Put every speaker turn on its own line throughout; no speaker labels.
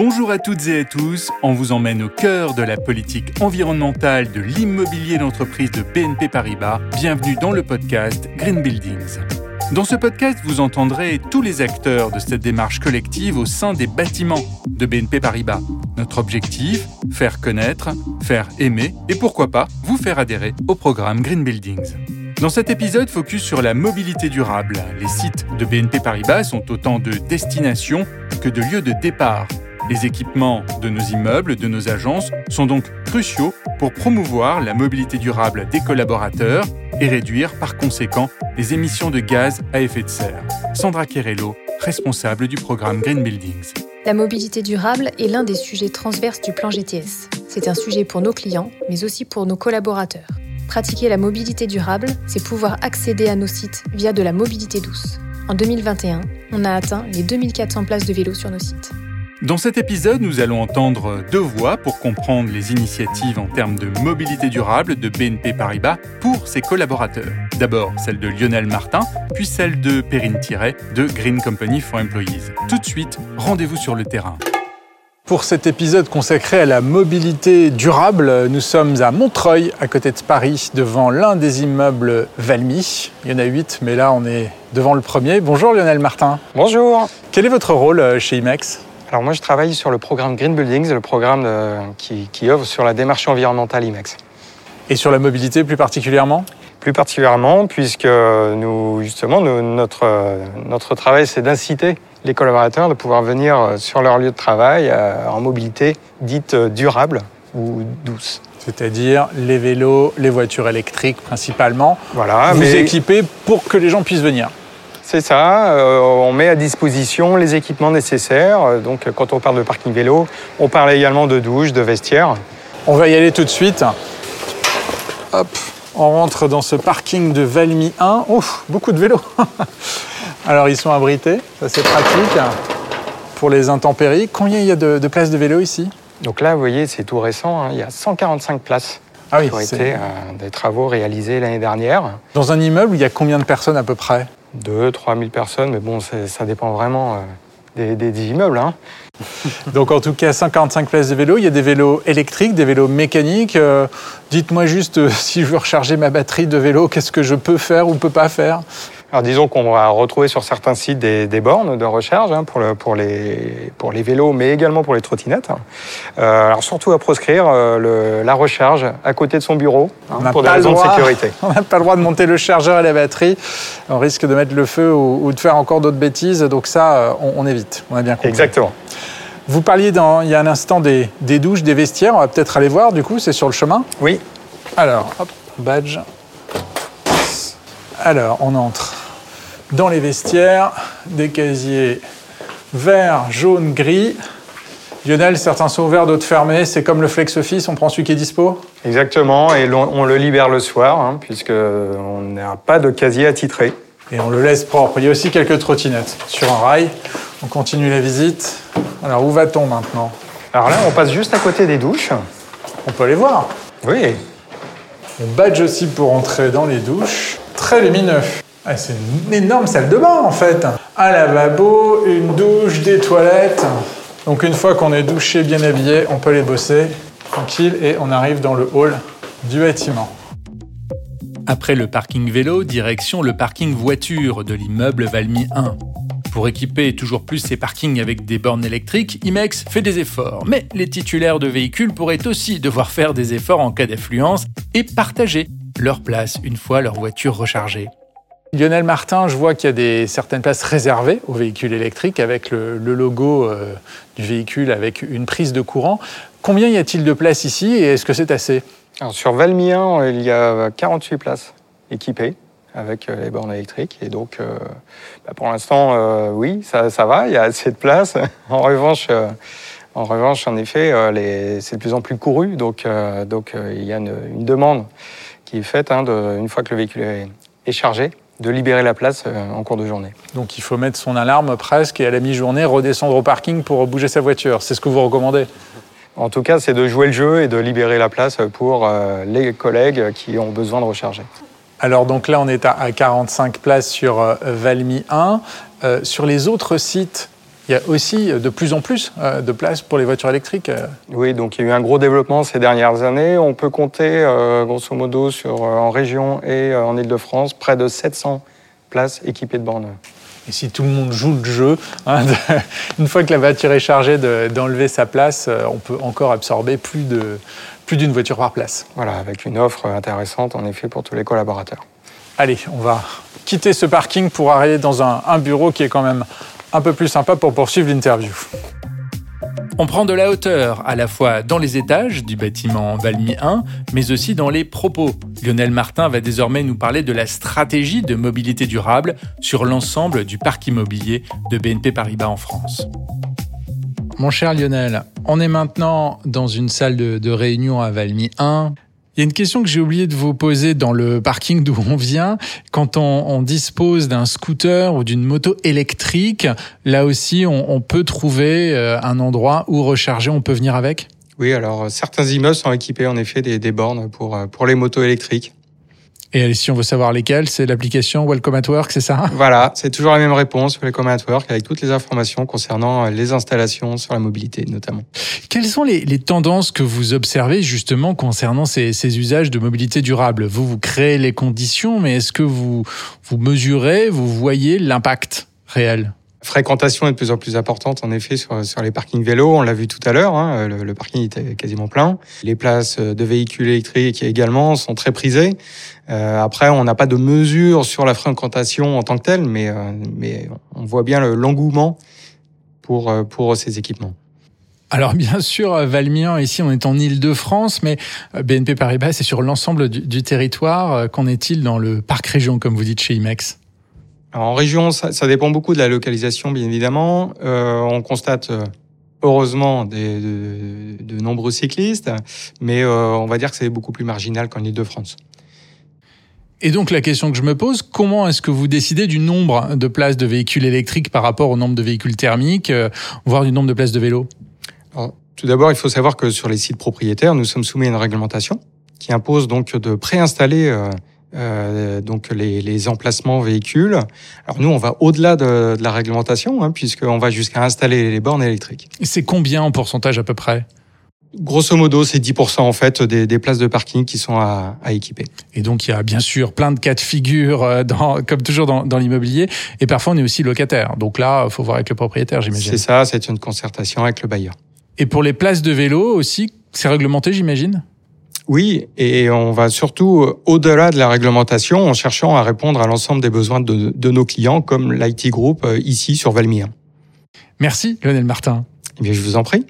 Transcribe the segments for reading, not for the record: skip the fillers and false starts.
Bonjour à toutes et à tous, on vous emmène au cœur de la politique environnementale de l'immobilier d'entreprise de BNP Paribas. Bienvenue dans le podcast Green Buildings. Dans ce podcast, vous entendrez tous les acteurs de cette démarche collective au sein des bâtiments de BNP Paribas. Notre objectif, faire connaître, faire aimer et pourquoi pas, vous faire adhérer au programme Green Buildings. Dans cet épisode, focus sur la mobilité durable. Les sites de BNP Paribas sont autant de destinations que de lieux de départ. Les équipements de nos immeubles, de nos agences, sont donc cruciaux pour promouvoir la mobilité durable des collaborateurs et réduire par conséquent les émissions de gaz à effet de serre. Sandra Querello, responsable du programme Green Buildings.
La mobilité durable est l'un des sujets transverses du plan GTS. C'est un sujet pour nos clients, mais aussi pour nos collaborateurs. Pratiquer la mobilité durable, c'est pouvoir accéder à nos sites via de la mobilité douce. En 2021, on a atteint les 2400 places de vélo sur nos sites.
Dans cet épisode, nous allons entendre deux voix pour comprendre les initiatives en termes de mobilité durable de BNP Paribas pour ses collaborateurs. D'abord, celle de Lionel Martin, puis celle de Perrine Thiret de Green Company for Employees. Tout de suite, rendez-vous sur le terrain. Pour cet épisode consacré à la mobilité durable, nous sommes à Montreuil, à côté de Paris, devant l'un des immeubles Valmy. Il y en a 8, mais là, on est devant le premier. Bonjour Lionel Martin.
Bonjour.
Quel est votre rôle chez IMEX ?
Alors moi, je travaille sur le programme Green Buildings, le programme qui œuvre sur la démarche environnementale IMEX.
Et sur la mobilité plus particulièrement ?
Plus particulièrement, puisque notre travail, c'est d'inciter les collaborateurs de pouvoir venir sur leur lieu de travail en mobilité dite durable ou douce.
C'est-à-dire les vélos, les voitures électriques principalement.
Voilà,
vous équipez pour que les gens puissent venir.
C'est ça, on met à disposition les équipements nécessaires. Donc quand on parle de parking vélo, on parle également de douche, de vestiaire.
On va y aller tout de suite. Hop, on rentre dans ce parking de Valmy 1. Ouf, beaucoup de vélos. Alors ils sont abrités, ça c'est pratique pour les intempéries. Combien il y a de places de vélo ici ?
Donc là, vous voyez, c'est tout récent, il y a 145 places qui ont été des travaux réalisés l'année dernière.
Dans un immeuble, il y a combien de personnes à peu près ?
2-3 000 personnes, mais bon, ça dépend vraiment des immeubles. Hein.
Donc en tout cas, 145 places de vélo. Il y a des vélos électriques, des vélos mécaniques. Dites-moi juste, si je veux recharger ma batterie de vélo, qu'est-ce que je peux faire ou peux pas faire ?
Alors disons qu'on va retrouver sur certains sites des bornes de recharge pour les vélos, mais également pour les trottinettes. Alors surtout à proscrire la recharge à côté de son bureau pour des raisons de sécurité.
On n'a pas le droit de monter le chargeur et la batterie. On risque de mettre le feu ou de faire encore d'autres bêtises. Donc ça, on évite. On a bien compris.
Exactement.
Vous parliez il y a un instant des douches, des vestiaires. On va peut-être aller voir, du coup, c'est sur le chemin ?
Oui.
Alors, hop, badge. Alors, on entre dans les vestiaires, des casiers vert, jaune, gris. Lionel, certains sont ouverts, d'autres fermés. C'est comme le flex office, on prend celui qui est dispo ?
Exactement, et on le libère le soir, puisqu'on n'a pas de casier attitré.
Et on le laisse propre. Il y a aussi quelques trottinettes sur un rail. On continue la visite. Alors, où va-t-on maintenant ?
Alors là, on passe juste à côté des douches.
On peut aller voir.
Oui.
On badge aussi pour entrer dans les douches. Très lumineux. Ah, c'est une énorme salle de bain, en fait. Un lavabo, une douche, des toilettes. Donc, une fois qu'on est douché, bien habillé, on peut aller bosser tranquille et on arrive dans le hall du bâtiment. Après le parking vélo, direction le parking voiture de l'immeuble Valmy 1. Pour équiper toujours plus ces parkings avec des bornes électriques, IMEX fait des efforts. Mais les titulaires de véhicules pourraient aussi devoir faire des efforts en cas d'affluence et partager leur place une fois leur voiture rechargée. Lionel Martin, je vois qu'il y a certaines places réservées aux véhicules électriques avec le logo du véhicule avec une prise de courant. Combien y a-t-il de places ici et est-ce que c'est assez ?
Alors, sur Valmy 1, il y a 48 places équipées avec les bornes électriques. Et donc, pour l'instant, oui, ça va, il y a assez de place. En revanche, en effet, c'est de plus en plus couru. Donc il y a une demande qui est faite une fois que le véhicule est chargé, de libérer la place en cours de journée.
Donc il faut mettre son alarme presque et à la mi-journée redescendre au parking pour bouger sa voiture. C'est ce que vous recommandez ?
En tout cas, c'est de jouer le jeu et de libérer la place pour les collègues qui ont besoin de recharger.
Alors donc là, on est à 45 places sur Valmy 1. Sur les autres sites il y a aussi de plus en plus de place pour les voitures électriques.
Oui, donc il y a eu un gros développement ces dernières années. On peut compter, grosso modo, en région et en Île-de-France, près de 700 places équipées de bornes.
Et si tout le monde joue le jeu, une fois que la voiture est chargée, d'enlever sa place, on peut encore absorber plus d'une voiture par place.
Voilà, avec une offre intéressante, en effet, pour tous les collaborateurs.
Allez, on va quitter ce parking pour aller dans un bureau qui est quand même un peu plus sympa pour poursuivre l'interview.
On prend de la hauteur, à la fois dans les étages du bâtiment Valmy 1, mais aussi dans les propos. Lionel Martin va désormais nous parler de la stratégie de mobilité durable sur l'ensemble du parc immobilier de BNP Paribas en France.
Mon cher Lionel, on est maintenant dans une salle de réunion à Valmy 1. Il y a une question que j'ai oublié de vous poser dans le parking d'où on vient. Quand on dispose d'un scooter ou d'une moto électrique, là aussi, on peut trouver un endroit où recharger, on peut venir avec ?
Oui, alors certains immeubles sont équipés en effet des bornes pour les motos électriques.
Et si on veut savoir lesquelles, c'est l'application Welcome at Work, c'est ça ?
Voilà, c'est toujours la même réponse, Welcome at Work, avec toutes les informations concernant les installations sur la mobilité notamment.
Quelles sont les tendances que vous observez justement concernant ces usages de mobilité durable ? Vous créez les conditions, mais est-ce que vous mesurez, vous voyez l'impact réel ?
Fréquentation est de plus en plus importante, en effet, sur les parkings vélos. On l'a vu tout à l'heure, le parking était quasiment plein. Les places de véhicules électriques également sont très prisées. Après, on n'a pas de mesure sur la fréquentation en tant que telle, mais on voit bien l'engouement pour ces équipements.
Alors bien sûr, Valmy 1, ici on est en Île-de-France, mais BNP Paribas, c'est sur l'ensemble du territoire. Qu'en est-il dans le parc région, comme vous dites chez IMEX ?
Alors, en région, ça dépend beaucoup de la localisation, bien évidemment. On constate heureusement de nombreux cyclistes, mais on va dire que c'est beaucoup plus marginal qu'en Île-de-France.
Et donc la question que je me pose, comment est-ce que vous décidez du nombre de places de véhicules électriques par rapport au nombre de véhicules thermiques, voire du nombre de places de vélos ?
Alors, tout d'abord, il faut savoir que sur les sites propriétaires, nous sommes soumis à une réglementation qui impose donc de préinstaller donc les emplacements véhicules. Alors nous, on va au-delà de la réglementation, puisqu'on va jusqu'à installer les bornes électriques.
Et c'est combien en pourcentage à peu près ?
Grosso modo, c'est 10% en fait des places de parking qui sont à équiper.
Et donc, il y a bien sûr plein de cas de figure, comme toujours dans l'immobilier. Et parfois, on est aussi locataire. Donc là, il faut voir avec le propriétaire, j'imagine.
C'est ça, c'est une concertation avec le bailleur.
Et pour les places de vélo aussi, c'est réglementé, j'imagine ?
Oui, et on va surtout au-delà de la réglementation en cherchant à répondre à l'ensemble des besoins de nos clients, comme l'IT Group ici sur Valmy 1.
Merci Lionel Martin.
Eh bien, je vous en prie.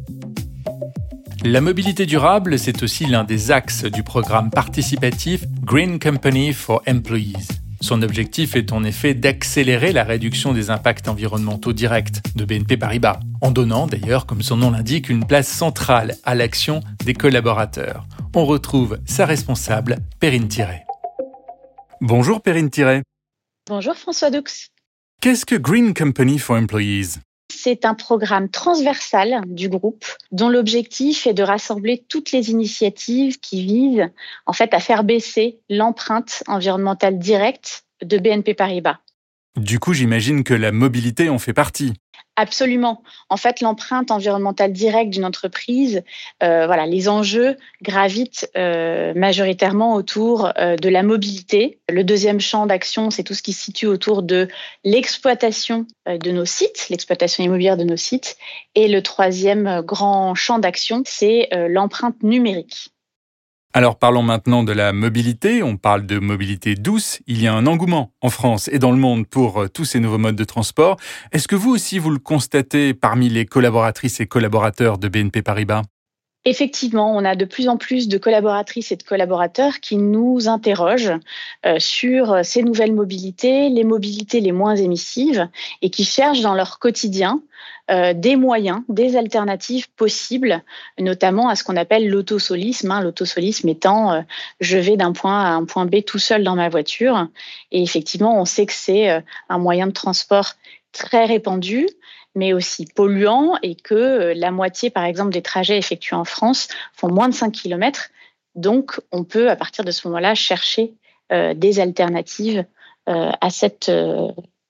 La mobilité durable, c'est aussi l'un des axes du programme participatif Green Company for Employees. Son objectif est en effet d'accélérer la réduction des impacts environnementaux directs de BNP Paribas, en donnant d'ailleurs, comme son nom l'indique, une place centrale à l'action des collaborateurs. On retrouve sa responsable, Perrine Thiré. Bonjour Perrine Thiré.
Bonjour François Doux.
Qu'est-ce que Green Company for Employees ?
C'est un programme transversal du groupe dont l'objectif est de rassembler toutes les initiatives qui visent en fait à faire baisser l'empreinte environnementale directe de BNP Paribas.
Du coup, j'imagine que la mobilité en fait partie.
Absolument. En fait, l'empreinte environnementale directe d'une entreprise, les enjeux gravitent majoritairement autour de la mobilité. Le deuxième champ d'action, c'est tout ce qui se situe autour de l'exploitation de nos sites, l'exploitation immobilière de nos sites. Et le troisième grand champ d'action, c'est l'empreinte numérique.
Alors parlons maintenant de la mobilité, on parle de mobilité douce. Il y a un engouement en France et dans le monde pour tous ces nouveaux modes de transport. Est-ce que vous aussi vous le constatez parmi les collaboratrices et collaborateurs de BNP Paribas ?
Effectivement, on a de plus en plus de collaboratrices et de collaborateurs qui nous interrogent sur ces nouvelles mobilités, les mobilités les moins émissives et qui cherchent dans leur quotidien des moyens, des alternatives possibles, notamment à ce qu'on appelle l'autosolisme. L'autosolisme étant je vais d'un point A à un point B tout seul dans ma voiture. Et effectivement, on sait que c'est un moyen de transport très répandu, mais aussi polluant et que la moitié, par exemple, des trajets effectués en France font moins de 5 km. Donc, on peut, à partir de ce moment-là, chercher des alternatives à cette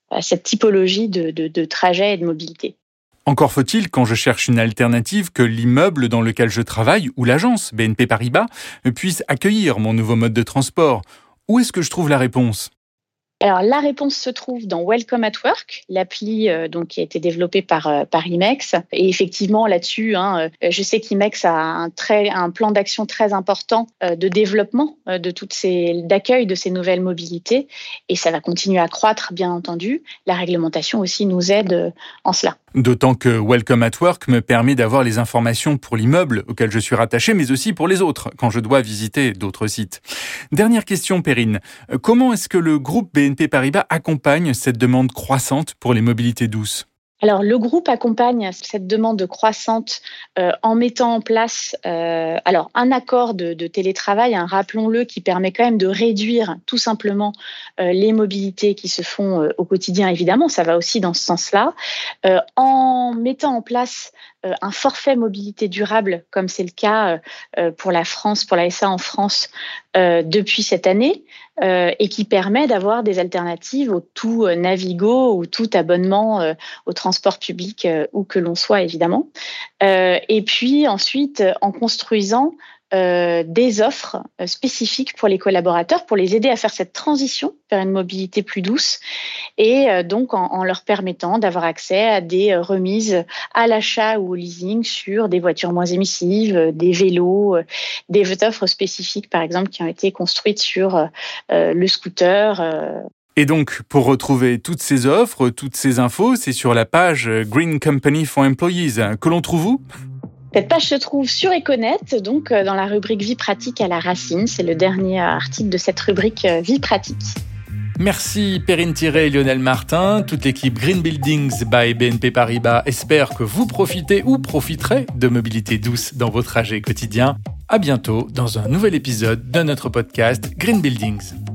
cette typologie de trajet et de mobilité.
Encore faut-il, quand je cherche une alternative, que l'immeuble dans lequel je travaille ou l'agence BNP Paribas puisse accueillir mon nouveau mode de transport. Où est-ce que je trouve la réponse ?
Alors, la réponse se trouve dans Welcome at Work, l'appli qui a été développée par Imex. Et effectivement, là-dessus, je sais qu'Imex a un plan d'action très important de développement d'accueil de ces nouvelles mobilités. Et ça va continuer à croître, bien entendu. La réglementation aussi nous aide en cela.
D'autant que Welcome at Work me permet d'avoir les informations pour l'immeuble auquel je suis rattaché, mais aussi pour les autres, quand je dois visiter d'autres sites. Dernière question, Perrine. Comment est-ce que le groupe BNP Paribas accompagne cette demande croissante pour les mobilités douces ?
Alors, le groupe accompagne cette demande croissante en mettant en place un accord de télétravail, rappelons-le, qui permet quand même de réduire tout simplement les mobilités qui se font au quotidien, évidemment, ça va aussi dans ce sens-là, en mettant en place un forfait mobilité durable, comme c'est le cas pour la France, pour la SA en France, depuis cette année, et qui permet d'avoir des alternatives au tout Navigo ou tout abonnement au transport public où que l'on soit, évidemment. Et puis ensuite, en construisant des offres spécifiques pour les collaborateurs, pour les aider à faire cette transition vers une mobilité plus douce et donc en leur permettant d'avoir accès à des remises à l'achat ou au leasing sur des voitures moins émissives, des vélos, des offres spécifiques par exemple qui ont été construites sur le scooter.
Et donc, pour retrouver toutes ces offres, toutes ces infos, c'est sur la page Green Company for Employees que l'on trouve où ?
Cette page se trouve sur Econet, donc dans la rubrique Vie pratique à la racine. C'est le dernier article de cette rubrique Vie pratique.
Merci Perrine Thiré et Lionel Martin. Toute l'équipe Green Buildings by BNP Paribas espère que vous profitez ou profiterez de mobilité douce dans vos trajets quotidiens. À bientôt dans un nouvel épisode de notre podcast Green Buildings.